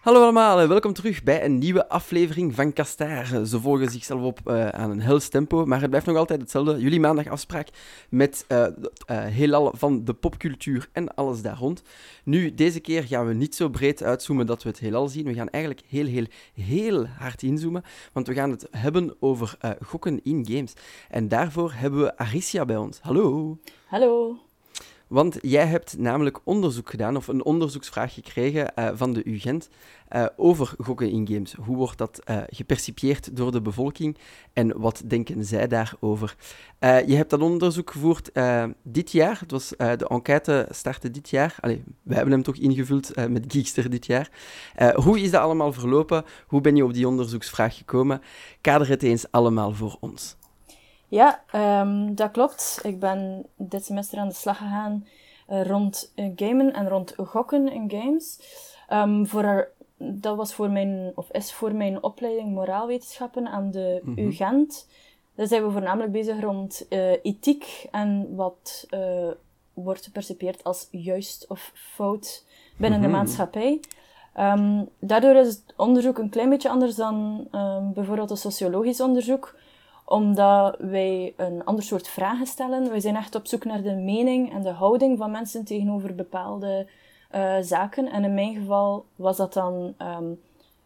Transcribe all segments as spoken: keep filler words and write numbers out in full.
Hallo allemaal en welkom terug bij een nieuwe aflevering van Kastaar. Ze volgen zichzelf op uh, aan een hels tempo, maar het blijft nog altijd hetzelfde. Jullie maandag afspraak met uh, uh, heelal van de popcultuur en alles daar rond. Nu, deze keer gaan we niet zo breed uitzoomen dat we het heelal zien. We gaan eigenlijk heel, heel, heel hard inzoomen, want we gaan het hebben over uh, gokken in games. En daarvoor hebben we Aricia bij ons. Hallo. Hallo. Want jij hebt namelijk onderzoek gedaan, of een onderzoeksvraag gekregen uh, van de U Gent uh, over gokken in games. Hoe wordt dat uh, gepercipieerd door de bevolking en wat denken zij daarover? Uh, je hebt dat onderzoek gevoerd uh, dit jaar. Het was, uh, de enquête startte dit jaar. Allee, wij hebben hem toch ingevuld uh, met Geekster dit jaar. Uh, hoe is dat allemaal verlopen? Hoe ben je op die onderzoeksvraag gekomen? Kader het eens allemaal voor ons. Ja, um, dat klopt. Ik ben dit semester aan de slag gegaan uh, rond uh, gamen en rond gokken in games. Um, voor er, dat was voor mijn, of is voor mijn opleiding moraalwetenschappen aan de mm-hmm. U Gent. Daar zijn we voornamelijk bezig rond uh, ethiek en wat uh, wordt gepercipieerd als juist of fout binnen mm-hmm. de maatschappij. Um, daardoor is het onderzoek een klein beetje anders dan um, bijvoorbeeld een sociologisch onderzoek, omdat wij een ander soort vragen stellen. Wij zijn echt op zoek naar de mening en de houding van mensen tegenover bepaalde uh, zaken. En in mijn geval was dat dan um,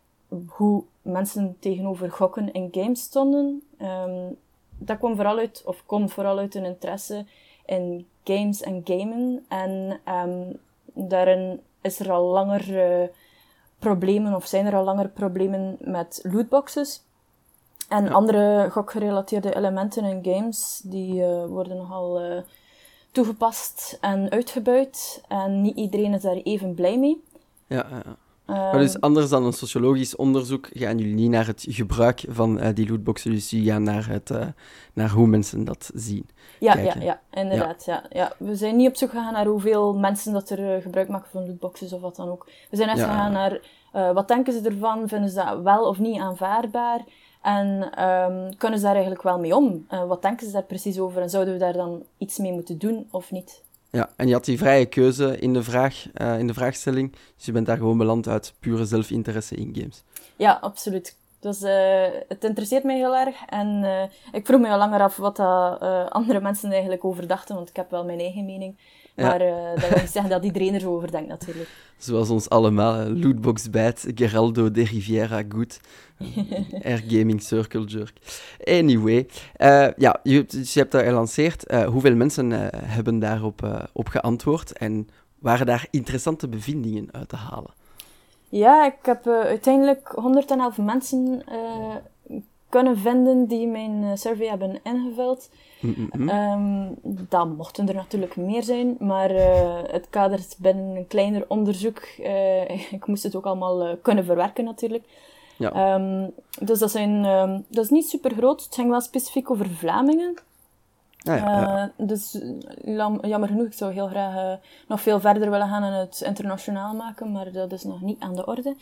hoe mensen tegenover gokken in games stonden. Um, dat kwam vooral uit, of komt vooral uit een interesse in games en gamen. En um, daarin is er al langer uh, problemen, of zijn er al langer problemen met lootboxes. En ja. andere gokgerelateerde elementen in games, die uh, worden nogal uh, toegepast en uitgebuit. En niet iedereen is daar even blij mee. Ja, ja. Um, maar dus anders dan een sociologisch onderzoek gaan jullie niet naar het gebruik van uh, die lootboxen, dus jullie gaan naar, het, uh, naar hoe mensen dat zien. Ja, ja, ja, inderdaad. Ja. Ja, ja. We zijn niet op zoek gegaan naar hoeveel mensen dat er uh, gebruik maken van lootboxes of wat dan ook. We zijn echt ja. gegaan naar uh, wat denken ze ervan, vinden ze dat wel of niet aanvaardbaar? En um, kunnen ze daar eigenlijk wel mee om? Uh, wat denken ze daar precies over? En zouden we daar dan iets mee moeten doen of niet? Ja, en je had die vrije keuze in de, vraag, uh, in de vraagstelling. Dus je bent daar gewoon beland uit pure zelfinteresse in games. Ja, absoluut. Dus uh, het interesseert mij heel erg. En uh, ik vroeg me al langer af wat dat, uh, andere mensen eigenlijk over dachten. Want ik heb wel mijn eigen mening. Maar ja. uh, dat wil niet zeggen dat iedereen er zo over denkt, natuurlijk. Zoals ons allemaal. Lootbox Bijt, Geraldo de Riviera Good. Air Gaming Circle Jerk. Anyway. Uh, ja, je, dus je hebt dat gelanceerd. Uh, hoeveel mensen uh, hebben daarop uh, op geantwoord? En waren daar interessante bevindingen uit te halen? Ja, ik heb uh, uiteindelijk honderdelf mensen uh, kunnen vinden die mijn survey hebben ingevuld. Mm-hmm. Um, dan mochten er natuurlijk meer zijn, maar uh, het kadert binnen een kleiner onderzoek. Uh, ik moest het ook allemaal uh, kunnen verwerken natuurlijk. Ja. Um, dus dat, zijn, um, dat is niet super groot. Het ging wel specifiek over Vlamingen. Ah, ja, ja. Uh, dus jammer genoeg, ik zou heel graag uh, nog veel verder willen gaan en het internationaal maken, maar dat is nog niet aan de orde.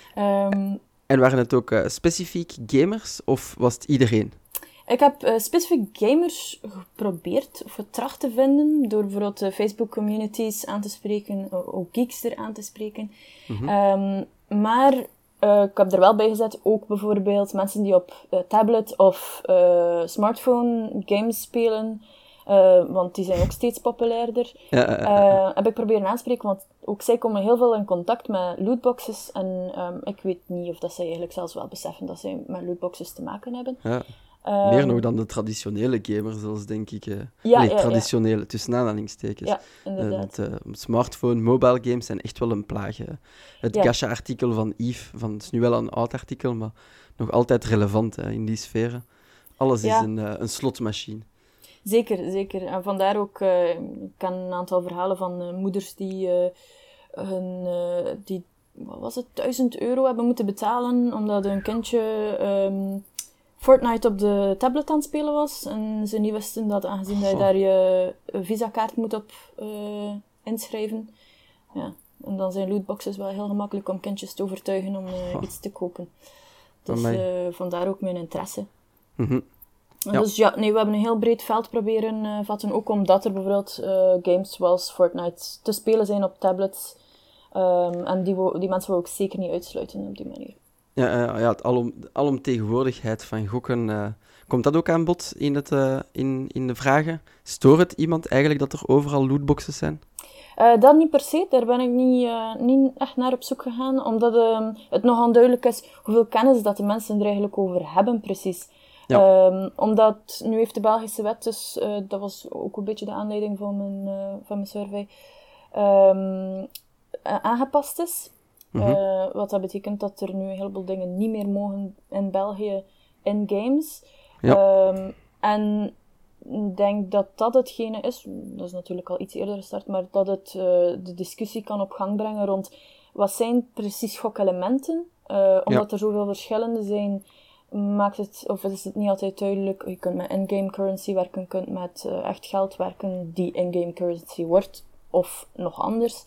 Um, en waren het ook uh, specifiek gamers, of was het iedereen? Ik heb uh, specifiek gamers geprobeerd, of getracht te vinden, door bijvoorbeeld uh, Facebook-communities aan te spreken, uh, ook Geekster aan te spreken. Mm-hmm. Um, maar uh, ik heb er wel bij gezet, ook bijvoorbeeld mensen die op uh, tablet of uh, smartphone games spelen, uh, want die zijn ook steeds populairder. Ja, ja, ja. Uh, heb ik proberen aanspreken, want ook zij komen heel veel in contact met lootboxes. En um, ik weet niet of dat zij eigenlijk zelfs wel beseffen dat zij met lootboxes te maken hebben. Ja. Um, Meer nog dan de traditionele gamers, zelfs denk ik. Uh, ja, Allee, ja, traditionele, ja. tussen aanhalingstekens. Ja, inderdaad. Uh, het, uh, smartphone, mobile games zijn echt wel een plaag. Uh. Het ja. Gacha-artikel van Yves, van, het is nu wel een oud artikel, maar nog altijd relevant uh, in die sferen. Alles ja. is een, uh, een slotmachine. Zeker, zeker. En vandaar ook, uh, ik ken een aantal verhalen van uh, moeders die, uh, hun, uh, die, wat was het, duizend euro hebben moeten betalen, omdat hun kindje um, Fortnite op de tablet aan het spelen was. En ze niet wisten dat, aangezien oh. dat je daar je visa-kaart moet op uh, inschrijven. Ja. En dan zijn lootboxes wel heel gemakkelijk om kindjes te overtuigen om uh, oh. iets te kopen. Dus uh, vandaar ook mijn interesse. Mm-hmm. Ja. Dus ja, nee, we hebben een heel breed veld proberen uh, vatten. Ook omdat er bijvoorbeeld uh, games zoals Fortnite te spelen zijn op tablets. Um, en die, wo- die mensen wil ik zeker niet uitsluiten op die manier. Ja, uh, ja het alom, alomtegenwoordigheid van gokken, uh, komt dat ook aan bod in, het, uh, in, in de vragen? Stoort het iemand eigenlijk dat er overal lootboxes zijn? Uh, dat niet per se, daar ben ik niet, uh, niet echt naar op zoek gegaan, omdat uh, het nog onduidelijk is hoeveel kennis dat de mensen er eigenlijk over hebben, precies. Ja. Um, omdat, nu heeft de Belgische wet, dus uh, dat was ook een beetje de aanleiding van mijn, uh, van mijn survey, um, uh, aangepast is. Mm-hmm. Uh, wat dat betekent dat er nu een heleboel dingen niet meer mogen in België in games. Ja. Um, en ik denk dat dat hetgene is, dat is natuurlijk al iets eerder gestart, maar dat het uh, de discussie kan op gang brengen rond wat zijn precies gokelementen. Uh, omdat ja. er zoveel verschillende zijn, maakt het, of is het niet altijd duidelijk. Je kunt met in-game currency werken, je kunt met uh, echt geld werken die in-game currency wordt, of nog anders.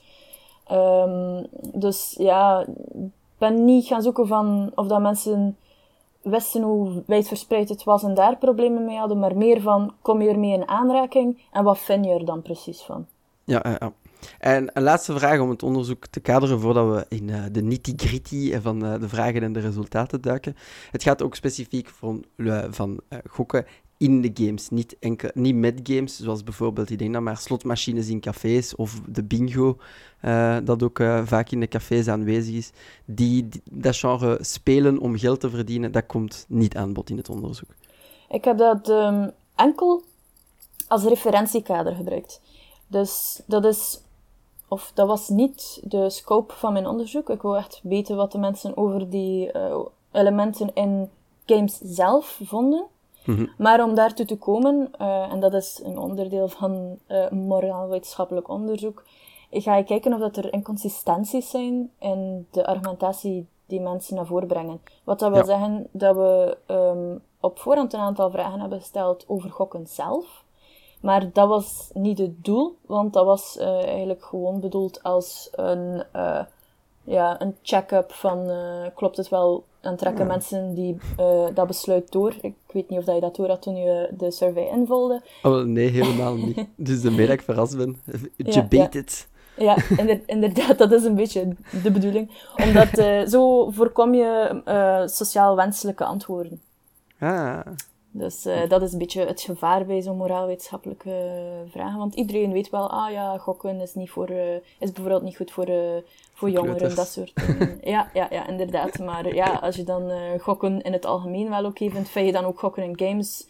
Um, dus ja, ik ben niet gaan zoeken van of dat mensen wisten hoe wijdverspreid het was en daar problemen mee hadden, maar meer van, kom je ermee in aanraking en wat vind je er dan precies van? Ja, uh, ja. En een laatste vraag om het onderzoek te kaderen voordat we in uh, de nitty-gritty van uh, de vragen en de resultaten duiken. Het gaat ook specifiek van, uh, van uh, gokken in de games, niet, enkel, niet met games, zoals bijvoorbeeld, ik denk dan maar slotmachines in cafés of de bingo, uh, dat ook uh, vaak in de cafés aanwezig is. Die, die, dat genre spelen om geld te verdienen, dat komt niet aan bod in het onderzoek. Ik heb dat um, enkel als referentiekader gebruikt. Dus dat is, of dat was niet de scope van mijn onderzoek. Ik wil echt weten wat de mensen over die uh, elementen in games zelf vonden. Mm-hmm. Maar om daartoe te komen, uh, en dat is een onderdeel van uh, moraal-wetenschappelijk onderzoek, ga je kijken of dat er inconsistenties zijn in de argumentatie die mensen naar voren brengen. Wat dat wil ja. zeggen dat we um, op voorhand een aantal vragen hebben gesteld over gokken zelf. Maar dat was niet het doel, want dat was uh, eigenlijk gewoon bedoeld als een, uh, ja, een check-up van uh, klopt het wel en trekken ja. mensen die uh, dat besluit door. Ik weet niet of dat je dat door had toen je de survey invulde. Oh, nee, helemaal niet. Dus de meer dat ik verrast ben, je beet het. Ja, inderdaad, dat is een beetje de bedoeling. Omdat uh, zo voorkom je uh, sociaal wenselijke antwoorden. Ah. Dus uh, dat is een beetje het gevaar bij zo'n moraalwetenschappelijke uh, vragen. Want iedereen weet wel, ah ja, gokken is, niet voor, uh, is bijvoorbeeld niet goed voor, uh, voor jongeren, Kleuters. Dat soort dingen. Ja, ja, ja, inderdaad. Maar ja, als je dan uh, gokken in het algemeen wel oké vindt, vind je dan ook gokken in games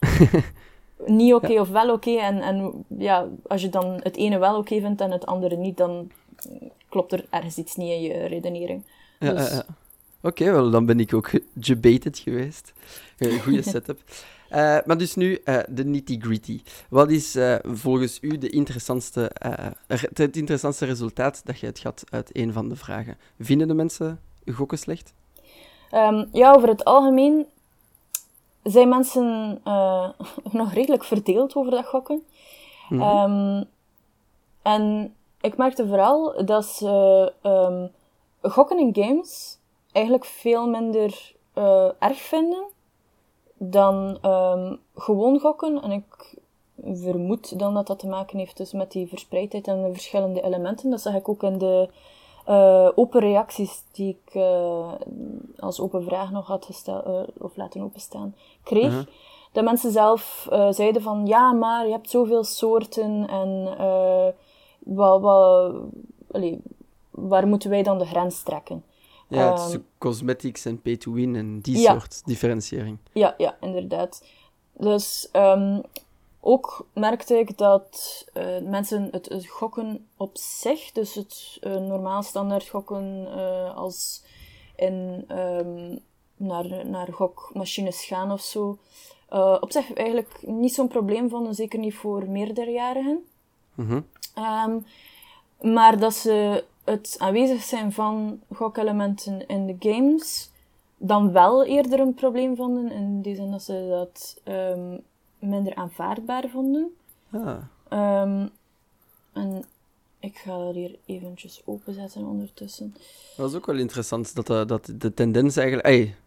niet oké ja. of wel oké. En, en ja, als je dan het ene wel oké vindt en het andere niet, dan klopt er ergens iets niet in je redenering. Ja, dus... ja, ja. Oké, okay, wel, dan ben ik ook gebaited geweest. Een goede setup. Uh, maar dus nu uh, de nitty-gritty. Wat is uh, volgens u de interessantste, uh, het interessantste resultaat dat je hebt gehad uit een van de vragen? Vinden de mensen gokken slecht? Um, ja, over het algemeen zijn mensen uh, nog redelijk verdeeld over dat gokken. Mm-hmm. Um, en ik merkte vooral dat ze um, gokken in games eigenlijk veel minder uh, erg vinden dan um, gewoon gokken. En ik vermoed dan dat dat te maken heeft dus met die verspreidheid en de verschillende elementen. Dat zag ik ook in de uh, open reacties die ik uh, als open vraag nog had gesteld, uh, of laten openstaan, kreeg. Uh-huh. Dat mensen zelf uh, zeiden van, ja, maar je hebt zoveel soorten en uh, wat, wat, allee, waar moeten wij dan de grens trekken? Ja, het is um, cosmetics en pay-to-win en die ja. soort differentiëring. Ja, ja, inderdaad. Dus um, ook merkte ik dat uh, mensen het, het gokken op zich, dus het uh, normaal standaard gokken uh, als in um, naar, naar gokmachines gaan of zo, uh, op zich eigenlijk niet zo'n probleem vonden, zeker niet voor meerderjarigen. Mm-hmm. Um, maar dat ze het aanwezig zijn van gokelementen in de games dan wel eerder een probleem vonden, in die zin dat ze dat um, minder aanvaardbaar vonden. Ah. Um, en ik ga dat hier eventjes openzetten ondertussen. Dat is ook wel interessant, dat de, dat de tendens eigenlijk... Hey,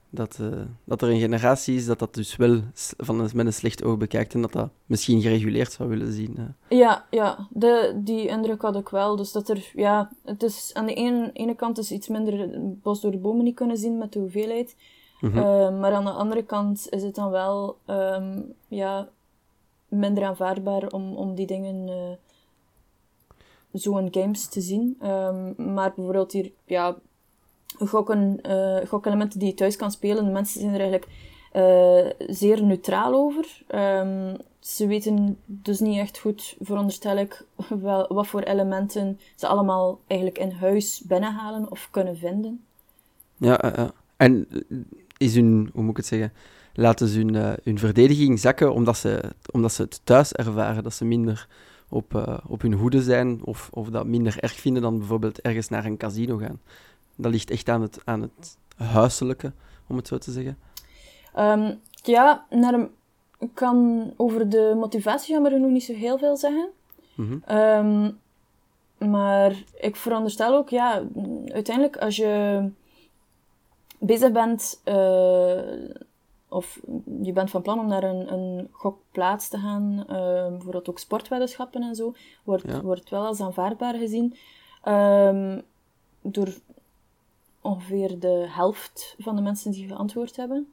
Dat, uh, dat er een generatie is dat dat dus wel van een, met een slecht oog bekijkt en dat dat misschien gereguleerd zou willen zien. Uh. Ja, ja de, die indruk had ik wel. Dus dat er, ja, het is aan de ene, ene kant is iets minder bos door de bomen niet kunnen zien met de hoeveelheid. Mm-hmm. Uh, maar aan de andere kant is het dan wel um, ja, minder aanvaardbaar om, om die dingen uh, zo in games te zien. Um, maar bijvoorbeeld hier, ja, gokken, uh, gokelementen die je thuis kan spelen, de mensen zijn er eigenlijk uh, zeer neutraal over. Um, ze weten dus niet echt goed, veronderstel ik, wel, wat voor elementen ze allemaal eigenlijk in huis binnenhalen of kunnen vinden. Ja, uh, uh. en is hun, hoe moet ik het zeggen, laten ze hun, uh, hun verdediging zakken omdat ze, omdat ze het thuis ervaren, dat ze minder op, uh, op hun hoede zijn of, of dat minder erg vinden dan bijvoorbeeld ergens naar een casino gaan. Dat ligt echt aan het, aan het huiselijke, om het zo te zeggen. Um, ja, naar een, ik kan over de motivatie jammer nog niet zo heel veel zeggen. Mm-hmm. Um, maar ik veronderstel ook, ja, uiteindelijk als je bezig bent, uh, of je bent van plan om naar een, een gokplaats te gaan, uh, bijvoorbeeld ook sportweddenschappen en zo, wordt, ja. wordt wel als aanvaardbaar gezien. Um, door ongeveer de helft van de mensen die geantwoord hebben.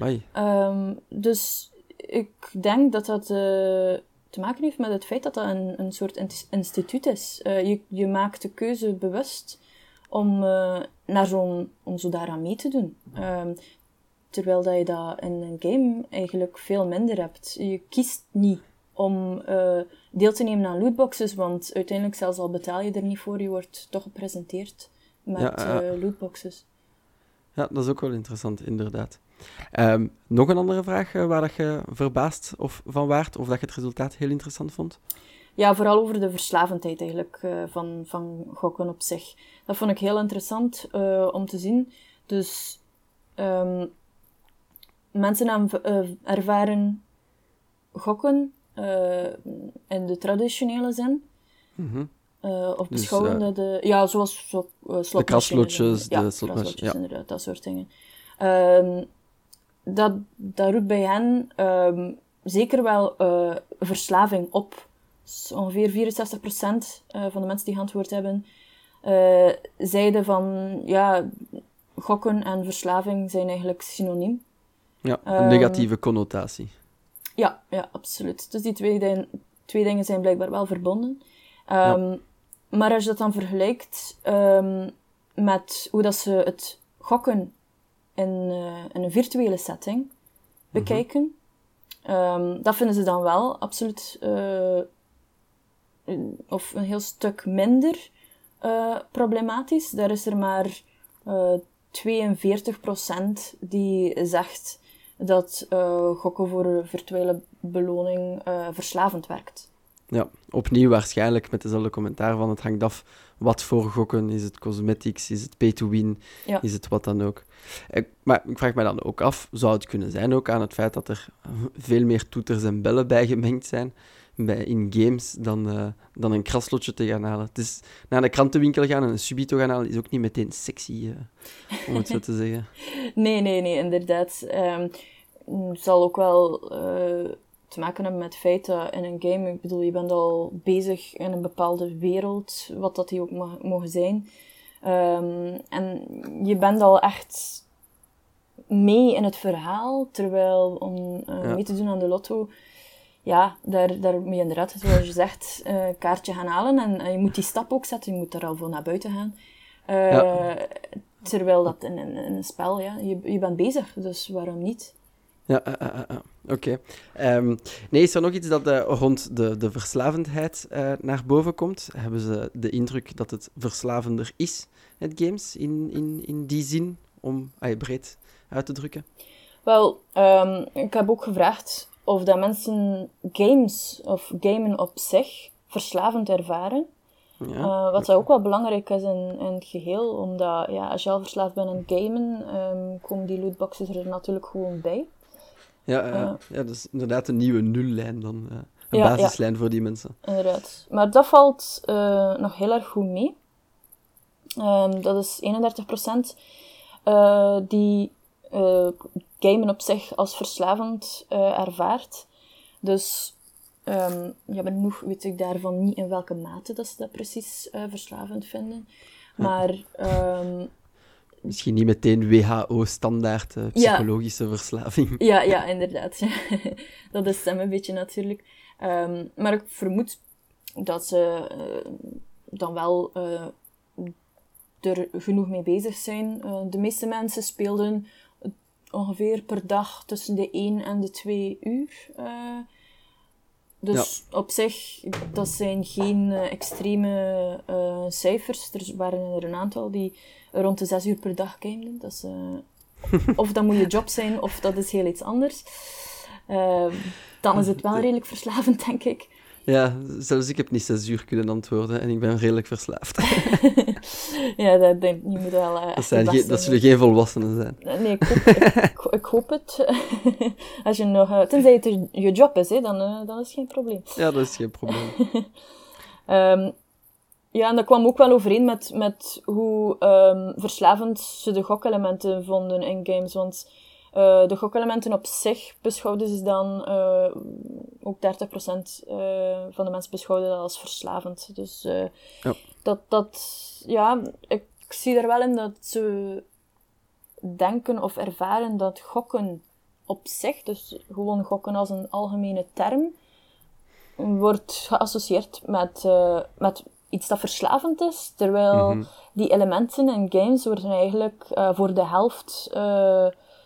Um, dus ik denk dat dat uh, te maken heeft met het feit dat dat een, een soort instituut is. Uh, je, je maakt de keuze bewust om, uh, naar zo'n, om zo daaraan mee te doen. Um, terwijl dat je dat in een game eigenlijk veel minder hebt. Je kiest niet om uh, deel te nemen aan lootboxes, want uiteindelijk zelfs al betaal je er niet voor, je wordt toch gepresenteerd met ja, uh, uh, lootboxes. Ja, dat is ook wel interessant, inderdaad. Um, nog een andere vraag uh, waar dat je verbaasd of van waart, of dat je het resultaat heel interessant vond? Ja, vooral over de verslavendheid eigenlijk uh, van, van gokken op zich. Dat vond ik heel interessant uh, om te zien. Dus um, mensen aan, uh, ervaren gokken uh, in de traditionele zin. Mm-hmm. Uh, of beschouwen dus, uh, de... Ja, zoals zo, uh, slotmachines. De kraslotjes, ja, de slotmachines, ja. inderdaad, dat soort dingen. Um, dat, dat roept bij hen um, zeker wel uh, verslaving op. Dus ongeveer vierenzestig procent uh, van de mensen die geantwoord hebben, uh, zeiden van, ja, gokken en verslaving zijn eigenlijk synoniem. Ja, een um, negatieve connotatie. Ja, ja, absoluut. Dus die twee, din- twee dingen zijn blijkbaar wel verbonden. Um, ja. Maar als je dat dan vergelijkt um, met hoe dat ze het gokken in, uh, in een virtuele setting bekijken, mm-hmm. um, dat vinden ze dan wel absoluut uh, een, of een heel stuk minder uh, problematisch. Daar is er maar uh, tweeënveertig procent die zegt dat uh, gokken voor een virtuele beloning uh, verslavend werkt. Ja, opnieuw waarschijnlijk met dezelfde commentaar van het hangt af wat voor gokken. Is het cosmetics, is het pay to win, ja. Is het wat dan ook. Ik, maar ik vraag me dan ook af, zou het kunnen zijn ook aan het feit dat er veel meer toeters en bellen bijgemengd zijn bij, in games dan, uh, dan een kraslotje te gaan halen. Het is naar de krantenwinkel gaan en een Subito gaan halen is ook niet meteen sexy, uh, om het zo te zeggen. Nee, nee, nee, inderdaad. Um, het zal ook wel... Uh... te maken hebben met het feit dat in een game, ik bedoel, je bent al bezig in een bepaalde wereld, wat dat die ook mag, mogen zijn. Um, en je bent al echt mee in het verhaal, terwijl om uh, ja. mee te doen aan de lotto, ja, daar, daar moet je inderdaad, zoals je zegt, een uh, kaartje gaan halen en, en je moet die stap ook zetten, je moet daar al voor naar buiten gaan. Uh, ja. Terwijl dat in, in, in een spel, ja, je, je bent bezig, dus waarom niet? Ja, uh, uh, uh, oké. Okay. Um, nee, is er nog iets dat uh, rond de, de verslavendheid uh, naar boven komt? Hebben ze de indruk dat het verslavender is, het games, in, in, in die zin, om uh, breed uit te drukken? Wel, um, ik heb ook gevraagd of dat mensen games of gamen op zich verslavend ervaren. Ja, uh, wat okay. ook wel belangrijk is in, in het geheel, omdat ja, als je al verslaafd bent aan gamen, um, komen die lootboxes er natuurlijk gewoon bij. Ja, uh, uh, ja, dat is inderdaad een nieuwe nullijn dan. Uh, een ja, basislijn ja. voor die mensen. Inderdaad. Maar dat valt uh, nog heel erg goed mee. Um, dat is eenendertig procent uh, die uh, gamen op zich als verslavend uh, ervaart. Dus um, jammer genoeg weet ik daarvan niet in welke mate dat ze dat precies uh, verslavend vinden. Maar... Um, Misschien niet meteen W H O-standaard uh, psychologische ja. verslaving. Ja, ja, inderdaad. Dat is hem een beetje natuurlijk. Um, maar ik vermoed dat ze uh, dan wel uh, er genoeg mee bezig zijn. Uh, de meeste mensen speelden ongeveer per dag tussen de één en de twee uur. Uh, dus ja. op zich, dat zijn geen uh, extreme uh, cijfers. Er waren er een aantal die rond de zes uur per dag gameden. Dat is, uh, of dat moet je job zijn, of dat is heel iets anders. Uh, dan is het wel redelijk verslavend, denk ik. Ja, zelfs ik heb niet zes uur kunnen antwoorden en ik ben redelijk verslaafd. Ja, dat denk je moet wel... Uh, dat, zijn geen, dat zullen geen volwassenen zijn. Nee, ik hoop, ik, ik hoop het. Als je nog, uh, tenzij het je job is, hè, dan, uh, dan is het geen probleem. Ja, dat is geen probleem. um, ja, en dat kwam ook wel overeen met, met hoe um, verslavend ze de gokelementen vonden in games, want... Uh, de gokelementen op zich beschouwden ze dan, uh, ook dertig procent uh, van de mensen beschouwden dat als verslavend. Dus uh, ja. dat, dat, ja, ik zie er wel in dat ze denken of ervaren dat gokken op zich, dus gewoon gokken als een algemene term, wordt geassocieerd met, uh, met iets dat verslavend is, terwijl mm-hmm. die elementen in games worden eigenlijk uh, voor de helft... Uh,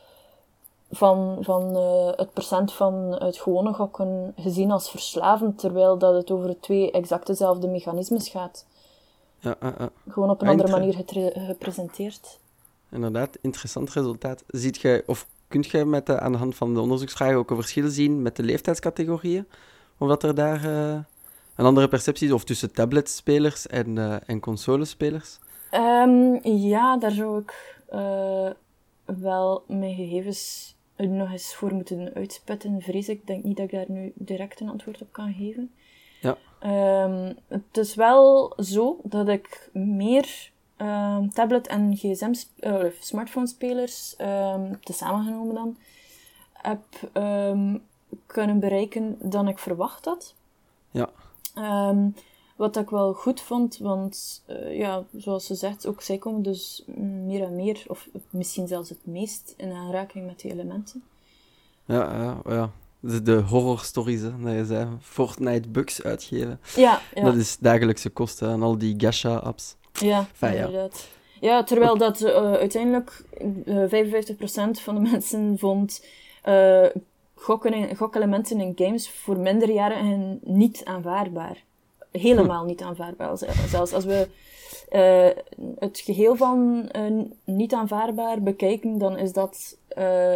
van, van uh, het procent van het gewone gokken gezien als verslavend, terwijl dat het over twee exact dezelfde mechanismes gaat. Ja, uh, uh. Gewoon op een andere manier getre- gepresenteerd. Inderdaad, interessant resultaat. Ziet jij, of kunt jij met de, aan de hand van de onderzoeksvragen ook een verschil zien met de leeftijdscategorieën? Of dat er daar uh, een andere perceptie is, of tussen tabletspelers en, uh, en consolespelers? Um, ja, daar zou ik uh, wel mijn gegevens nog eens voor moeten uitsputten, vrees ik. Ik denk niet dat ik daar nu direct een antwoord op kan geven. Ja. Um, het is wel zo dat ik meer um, tablet- en gsm, uh, smartphone-spelers, um, tesamengenomen dan, heb um, kunnen bereiken dan ik verwacht had. Ja. Um, wat ik wel goed vond, want uh, ja, zoals ze zegt, ook zij komen dus meer en meer, of misschien zelfs het meest, in aanraking met die elementen. Ja, ja, ja. De, de horrorstories, hè, dat je zei. Fortnite bugs uitgeven. Ja, ja. Dat is dagelijkse kosten aan al die gacha-apps. Ja, enfin, inderdaad. Ja. ja, terwijl dat uh, uiteindelijk uh, vijfenvijftig procent van de mensen vond uh, gokken in, gokelementen in games voor minderjarigen niet aanvaardbaar. Helemaal hm. niet aanvaardbaar. Zelfs als we uh, het geheel van uh, niet aanvaardbaar bekijken, dan is dat uh,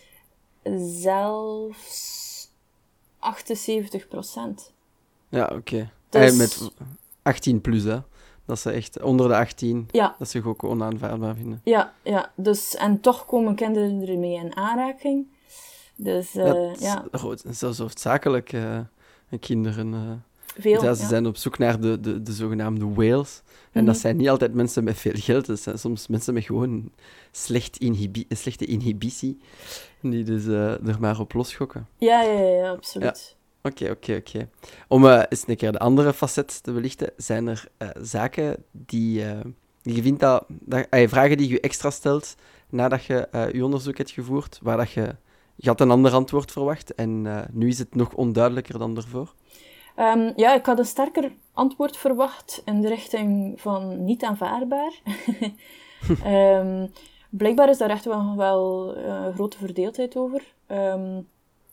zelfs achtenzeventig procent. Ja, oké. Okay. Dus... En met achttien plus, hè. Dat ze echt onder de achttien, ja. dat ze gokken onaanvaardbaar vinden. Ja, ja. Dus, en toch komen kinderen ermee in aanraking. Dus, uh, ja. ja. Dat is zelfs hoofdzakelijk uh, kinderen... Uh... Veel, ja, ze ja. zijn op zoek naar de, de, de zogenaamde whales. En mm-hmm. dat zijn niet altijd mensen met veel geld. Dat zijn soms mensen met gewoon slecht inhibi- slechte inhibitie. Die dus uh, er maar op losgokken. Ja, ja, ja, absoluut. Oké, oké, oké. Om uh, eens een keer de andere facet te belichten, zijn er uh, zaken die, uh, die je vindt dat... dat uh, vragen die je extra stelt nadat je uh, je onderzoek hebt gevoerd, waar dat je... Je had een ander antwoord verwacht en uh, nu is het nog onduidelijker dan daarvoor. Um, ja, ik had een sterker antwoord verwacht in de richting van niet aanvaardbaar. um, blijkbaar is daar echt wel, wel uh, grote verdeeldheid over. Um,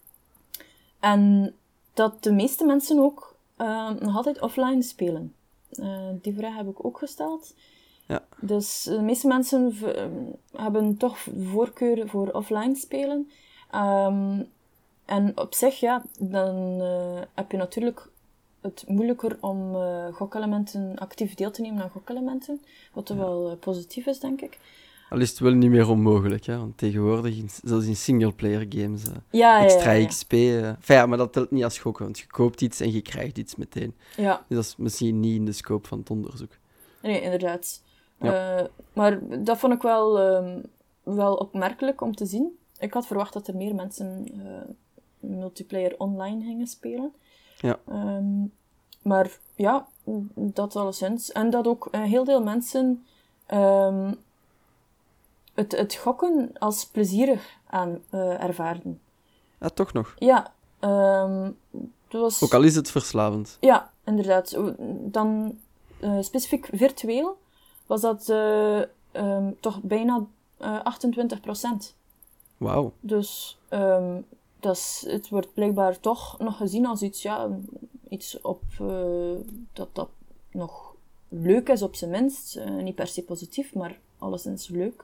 en dat de meeste mensen ook uh, nog altijd offline spelen. Uh, die vraag heb ik ook gesteld. Ja. Dus de meeste mensen v- hebben toch voorkeur voor offline spelen. Um, En op zich, ja, dan uh, heb je natuurlijk het moeilijker om uh, gokelementen actief deel te nemen aan gokelementen. Wat ja. wel uh, positief is, denk ik. Al is het wel niet meer onmogelijk, hè? Want tegenwoordig, in, zelfs in singleplayer games, uh, ja, extra ja, ja. X P... Uh, enfin, ja, maar dat telt niet als gokken, want je koopt iets en je krijgt iets meteen. Ja. Dus dat is misschien niet in de scope van het onderzoek. Nee, inderdaad. Ja. Uh, maar dat vond ik wel... Um, wel opmerkelijk om te zien. Ik had verwacht dat er meer mensen uh, multiplayer online gingen spelen. Ja. Um, maar ja, dat alleszins. En dat ook een heel veel mensen um, het, het gokken als plezierig aan uh, ervaarden. Ja, toch nog. Ja. Um, dat was... Ook al is het verslavend. Ja, inderdaad. Dan uh, specifiek virtueel was dat uh, um, toch bijna uh, achtentwintig procent. Wauw. Dus um, dat is, het wordt blijkbaar toch nog gezien als iets, ja, iets op, uh, dat, dat nog leuk is op zijn minst. Uh, niet per se positief, maar alleszins leuk.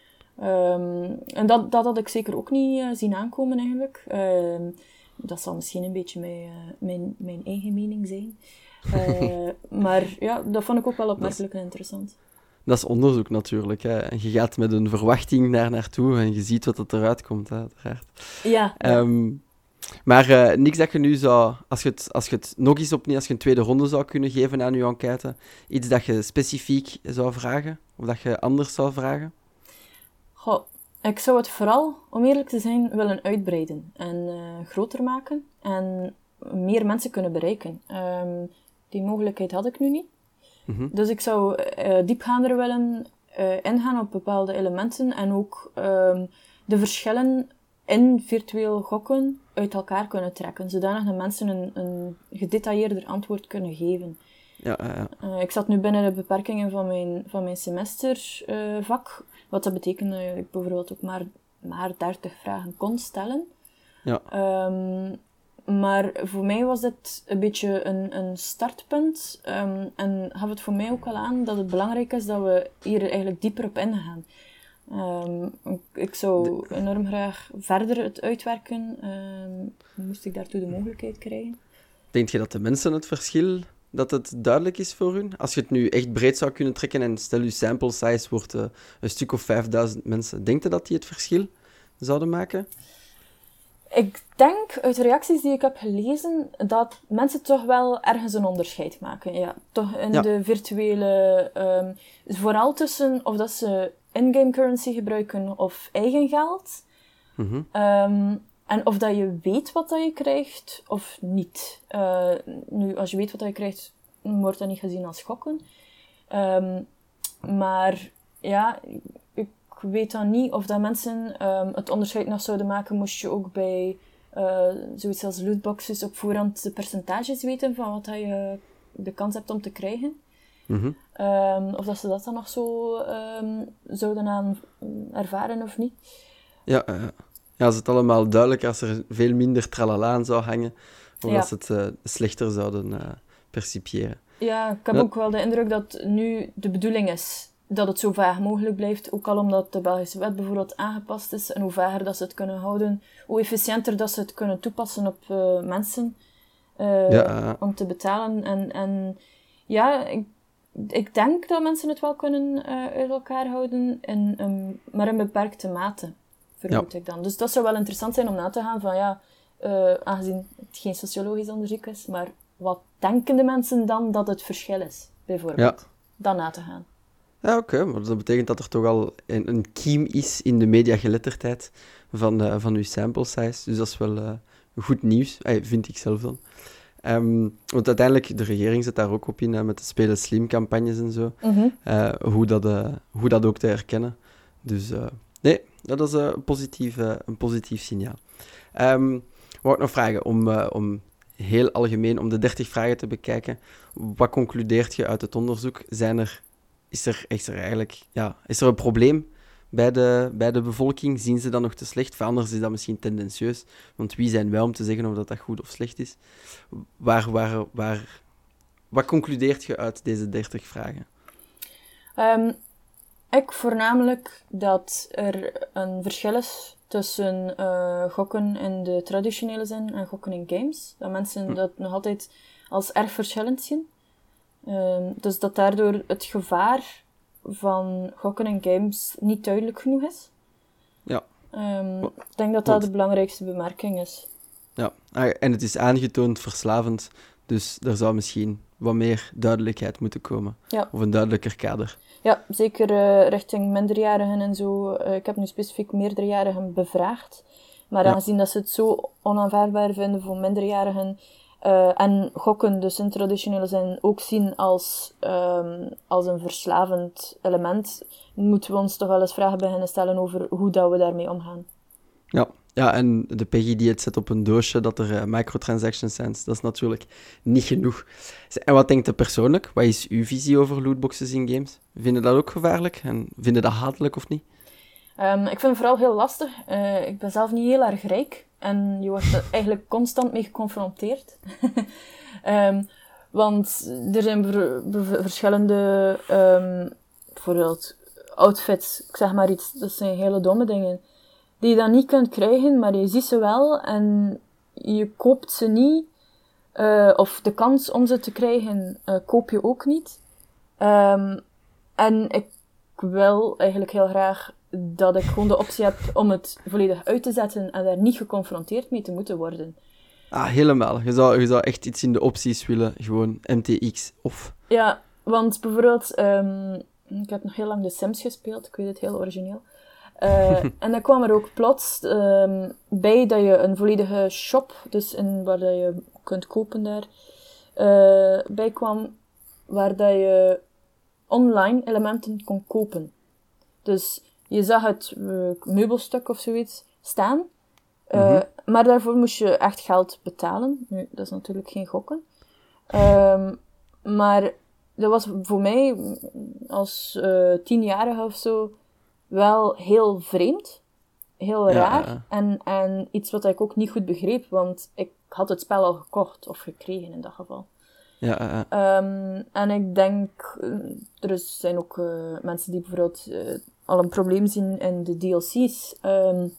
Um, en dat, dat had ik zeker ook niet uh, zien aankomen eigenlijk. Um, dat zal misschien een beetje mijn, uh, mijn, mijn eigen mening zijn. Uh, maar ja, dat vond ik ook wel opmerkelijk en interessant. Dat is onderzoek natuurlijk. Hè. Je gaat met een verwachting daar naartoe en je ziet wat het eruit komt, hè, uiteraard. Ja. ja. Um, maar uh, niks dat je nu zou... Als je, het, als je het nog eens opnieuw, als je een tweede ronde zou kunnen geven aan je enquête, iets dat je specifiek zou vragen? Of dat je anders zou vragen? Goh, ik zou het vooral, om eerlijk te zijn, willen uitbreiden. En uh, groter maken. En meer mensen kunnen bereiken. Um, die mogelijkheid had ik nu niet. Mm-hmm. Dus ik zou uh, diepgaander willen uh, ingaan op bepaalde elementen en ook um, de verschillen in virtueel gokken uit elkaar kunnen trekken, zodanig dat mensen een, een gedetailleerder antwoord kunnen geven. Ja, uh, ja. Uh, ik zat nu binnen de beperkingen van mijn, van mijn semestervak, uh, wat dat betekent dat ik bijvoorbeeld ook maar, maar dertig vragen kon stellen. Ja. Um, Maar voor mij was dit een beetje een, een startpunt. Um, en gaf het voor mij ook wel aan dat het belangrijk is dat we hier eigenlijk dieper op ingaan. Um, ik, ik zou enorm graag verder het uitwerken. Um, moest ik daartoe de mogelijkheid krijgen. Denk je dat de mensen het verschil, dat het duidelijk is voor hun? Als je het nu echt breed zou kunnen trekken en stel je sample size wordt uh, een stuk of vijfduizend mensen. Denk je dat die het verschil zouden maken? Ik denk uit de reacties die ik heb gelezen dat mensen toch wel ergens een onderscheid maken. Ja, toch in ja. de virtuele... Um, vooral tussen of dat ze in-game currency gebruiken of eigen geld. Mm-hmm. Um, en of dat je weet wat dat je krijgt of niet. Uh, nu, als je weet wat dat je krijgt, wordt dat niet gezien als gokken. Um, maar ja... Ik weet dan niet of dat mensen um, het onderscheid nog zouden maken, moest je ook bij uh, zoiets als lootboxes op voorhand de percentages weten van wat dat je de kans hebt om te krijgen. Mm-hmm. Um, of dat ze dat dan nog zo um, zouden aan ervaren of niet. Ja, uh, ja, als het allemaal duidelijk, als er veel minder tralala aan zou hangen, of ja. als ze het uh, slechter zouden uh, percipiëren. Ja, ik heb ja. ook wel de indruk dat nu de bedoeling is dat het zo vaag mogelijk blijft, ook al omdat de Belgische wet bijvoorbeeld aangepast is, en hoe vager dat ze het kunnen houden, hoe efficiënter dat ze het kunnen toepassen op uh, mensen, uh, ja, uh, om te betalen. En, en ja, ik, ik denk dat mensen het wel kunnen uh, uit elkaar houden, in, um, maar in beperkte mate, vermoed ja. ik dan. Dus dat zou wel interessant zijn om na te gaan van, ja, uh, aangezien het geen sociologisch onderzoek is, maar wat denken de mensen dan dat het verschil is, bijvoorbeeld? Ja. Dan na te gaan. Ja, oké. Okay. Maar dat betekent dat er toch al een, een kiem is in de mediageletterdheid van, uh, van uw sample size. Dus dat is wel uh, goed nieuws, hey, vind ik zelf dan. Um, want uiteindelijk, de regering zet daar ook op in, uh, met de Spelen Slim-campagnes en zo. Mm-hmm. Uh, hoe, dat, uh, hoe dat ook te herkennen. Dus uh, nee, dat is uh, een, positief, uh, een positief signaal. Um, wou ik nog vragen, om, uh, om heel algemeen, om de dertig vragen te bekijken. Wat concludeert je uit het onderzoek? Zijn er... Is er, is er eigenlijk ja, is er een probleem bij de, bij de bevolking? Zien ze dat nog te slecht? Of anders is dat misschien tendentieus. Want wie zijn wij om te zeggen of dat, dat goed of slecht is? Waar, waar, waar, wat concludeert je uit deze dertig vragen? Um, ik voornamelijk dat er een verschil is tussen uh, gokken in de traditionele zin en gokken in games. Dat mensen hm. dat nog altijd als erg verschillend zien. Um, dus dat daardoor het gevaar van gokken en games niet duidelijk genoeg is. Ja. Um, ik denk dat dat de belangrijkste bemerking is. Ja, en het is aangetoond verslavend Dus er zou misschien wat meer duidelijkheid moeten komen. Ja. Of een duidelijker kader. Ja, zeker uh, richting minderjarigen en zo. Uh, ik heb nu specifiek meerderjarigen bevraagd. Maar Ja. aangezien dat ze het zo onaanvaardbaar vinden voor minderjarigen... Uh, en gokken, dus in traditionele zin, ook zien als, um, als een verslavend element, moeten we ons toch wel eens vragen beginnen stellen over hoe dat we daarmee omgaan. Ja, ja, en de Peggy die het zet op een doosje dat er uh, microtransactions zijn, dat is natuurlijk niet genoeg. En wat denkt u persoonlijk? Wat is uw visie over lootboxes in games? Vinden dat ook gevaarlijk? En vinden dat hatelijk of niet? Um, ik vind het vooral heel lastig. Uh, ik ben zelf niet heel erg rijk. En je wordt er eigenlijk constant mee geconfronteerd. um, want er zijn ver, ver, verschillende... Um, bijvoorbeeld outfits, ik zeg maar iets. Dat zijn hele domme dingen. Die je dan niet kunt krijgen, maar je ziet ze wel. En je koopt ze niet. Uh, of de kans om ze te krijgen, uh, koop je ook niet. Um, en ik wil eigenlijk heel graag... dat ik gewoon de optie heb om het volledig uit te zetten en daar niet geconfronteerd mee te moeten worden. Ah, helemaal. Je zou, je zou echt iets in de opties willen, gewoon M T X of... Ja, want bijvoorbeeld, um, ik heb nog heel lang de Sims gespeeld, ik weet het, heel origineel. Uh, en dan kwam er ook plots um, bij dat je een volledige shop, dus in, waar dat je kunt kopen daar, uh, bij kwam, waar dat je online elementen kon kopen. Dus je zag het uh, meubelstuk of zoiets staan, uh, mm-hmm. maar daarvoor moest je echt geld betalen. Nu, dat is natuurlijk geen gokken. Um, maar dat was voor mij als uh, tienjarige of zo wel heel vreemd, heel raar. Ja. En, en iets wat ik ook niet goed begreep, want ik had het spel al gekocht of gekregen in dat geval. Ja, ja. Um, en ik denk, er zijn ook uh, mensen die bijvoorbeeld uh, al een probleem zien in de D L C's, um,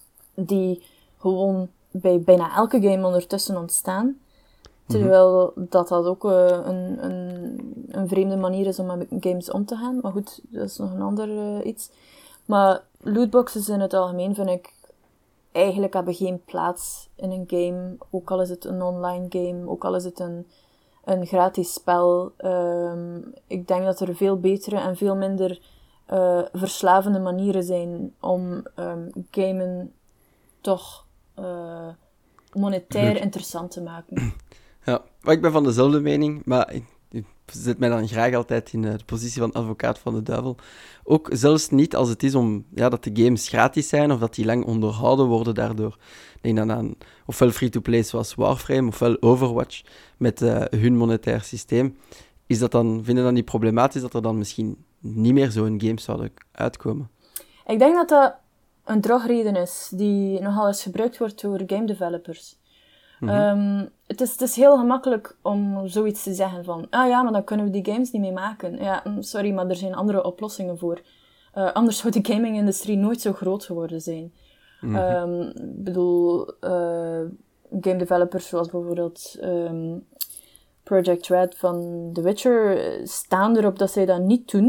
die gewoon bij bijna elke game ondertussen ontstaan. Terwijl mm-hmm. dat dat ook uh, een, een, een vreemde manier is om met games om te gaan. Maar goed, dat is nog een ander uh, iets. Maar lootboxes in het algemeen vind ik eigenlijk hebben geen plaats in een game. Ook al is het een online game, ook al is het een, een gratis spel. Um, ik denk dat er veel betere en veel minder uh, verslavende manieren zijn om um, gamen toch uh, monetair interessant te maken. Ja, maar ik ben van dezelfde mening, maar ik, ik zet mij dan graag altijd in de positie van advocaat van de duivel. Ook zelfs niet als het is om ja, dat de games gratis zijn of dat die lang onderhouden worden daardoor. Ik denk dan aan ofwel free-to-play zoals Warframe ofwel Overwatch met uh, hun monetair systeem. Is dat dan, vinden we dan niet problematisch dat er dan misschien niet meer zo'n games zouden uitkomen? Ik denk dat dat een drogreden is die nogal eens gebruikt wordt door game developers. Mm-hmm. Um, het, is, het is heel gemakkelijk om zoiets te zeggen van, ah ja, maar dan kunnen we die games niet mee maken. Ja, sorry, maar er zijn andere oplossingen voor. Uh, anders zou de gaming-industrie nooit zo groot geworden zijn. Mm-hmm. Um, ik bedoel, uh, game developers zoals bijvoorbeeld um, Project Red van The Witcher staan erop dat zij dat niet doen.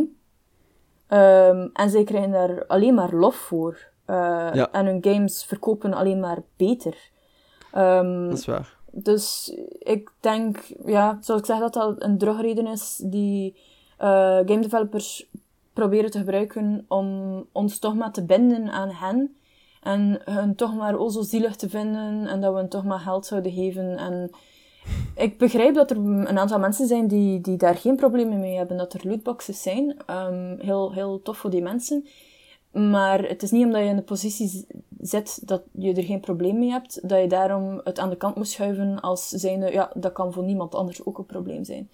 Um, en zij krijgen daar alleen maar lof voor. Uh, ja. En hun games verkopen alleen maar beter. Um, dat is waar. Dus ik denk, ja, zoals ik zeg, dat dat een drogreden is die uh, game developers proberen te gebruiken om ons toch maar te binden aan hen. En hun toch maar o zo zielig te vinden en dat we hen toch maar geld zouden geven. En ik begrijp dat er een aantal mensen zijn die, die daar geen problemen mee hebben, dat er lootboxes zijn. Um, heel, heel tof voor die mensen. Maar het is niet omdat je in de positie zit dat je er geen probleem mee hebt, dat je daarom het aan de kant moet schuiven als zijnde, ja, dat kan voor niemand anders ook een probleem zijn.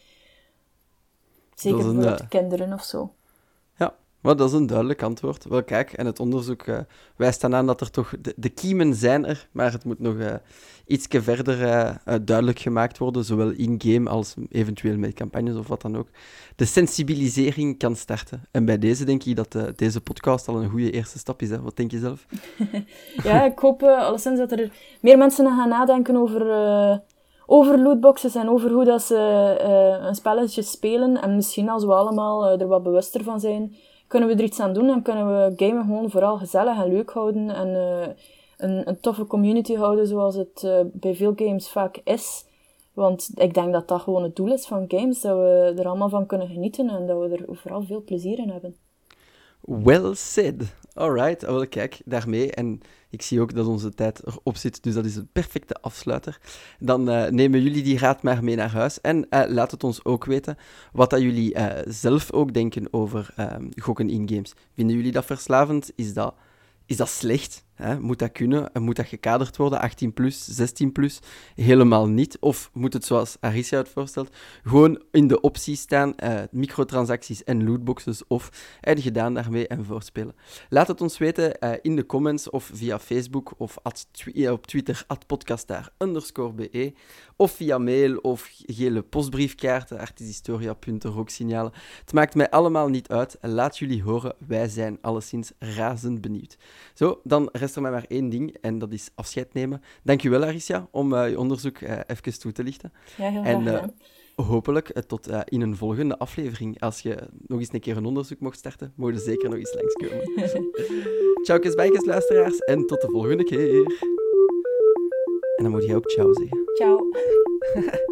Zeker een, voor uh... kinderen of zo. Ja, maar dat is een duidelijk antwoord. Wel, kijk, en het onderzoek uh, wijst dan aan dat er toch... De, de kiemen zijn er, maar het moet nog uh, ietsje verder uh, uh, duidelijk gemaakt worden, zowel in-game als eventueel met campagnes of wat dan ook. De sensibilisering kan starten. En bij deze denk ik dat uh, deze podcast al een goede eerste stap is. Hè? Wat denk je zelf? Ja, ik hoop uh, alleszins dat er meer mensen gaan nadenken over... Uh... over lootboxes en over hoe dat ze uh, een spelletje spelen. En misschien als we allemaal uh, er wat bewuster van zijn, kunnen we er iets aan doen en kunnen we gamen gewoon vooral gezellig en leuk houden. En uh, een, een toffe community houden zoals het uh, bij veel games vaak is. Want ik denk dat dat gewoon het doel is van games, dat we er allemaal van kunnen genieten en dat we er vooral veel plezier in hebben. Well said. Alright, wel kijk, daarmee. En ik zie ook dat onze tijd erop zit, dus dat is een perfecte afsluiter. Dan uh, nemen jullie die raad maar mee naar huis. En uh, laat het ons ook weten wat dat jullie uh, zelf ook denken over uh, gokken in games. Vinden jullie dat verslavend? Is dat, is dat slecht? Hè? Moet dat kunnen? Moet dat gekaderd worden? achttien plus, zestien plus? Helemaal niet. Of moet het, zoals Aricia het voorstelt, gewoon in de opties staan, uh, microtransacties en lootboxes, of heb je gedaan daarmee en voorspelen? Laat het ons weten uh, in de comments of via Facebook of at twi- op Twitter at podcastaar underscore be of via mail of gele postbriefkaarten artishistoria punt rooksignalen. Het maakt mij allemaal niet uit. Laat jullie horen. Wij zijn alleszins razend benieuwd. Zo, dan rest er mij maar één ding en dat is afscheid nemen. Dankjewel, Aricia, om uh, je onderzoek uh, even toe te lichten. Ja, heel graag en uh, gedaan. hopelijk uh, tot uh, in een volgende aflevering. Als je nog eens een keer een onderzoek mocht starten, mogen je zeker nog eens langskomen. Ciao, bijkes, luisteraars, en tot de volgende keer. En dan moet jij ook ciao zeggen. Ciao.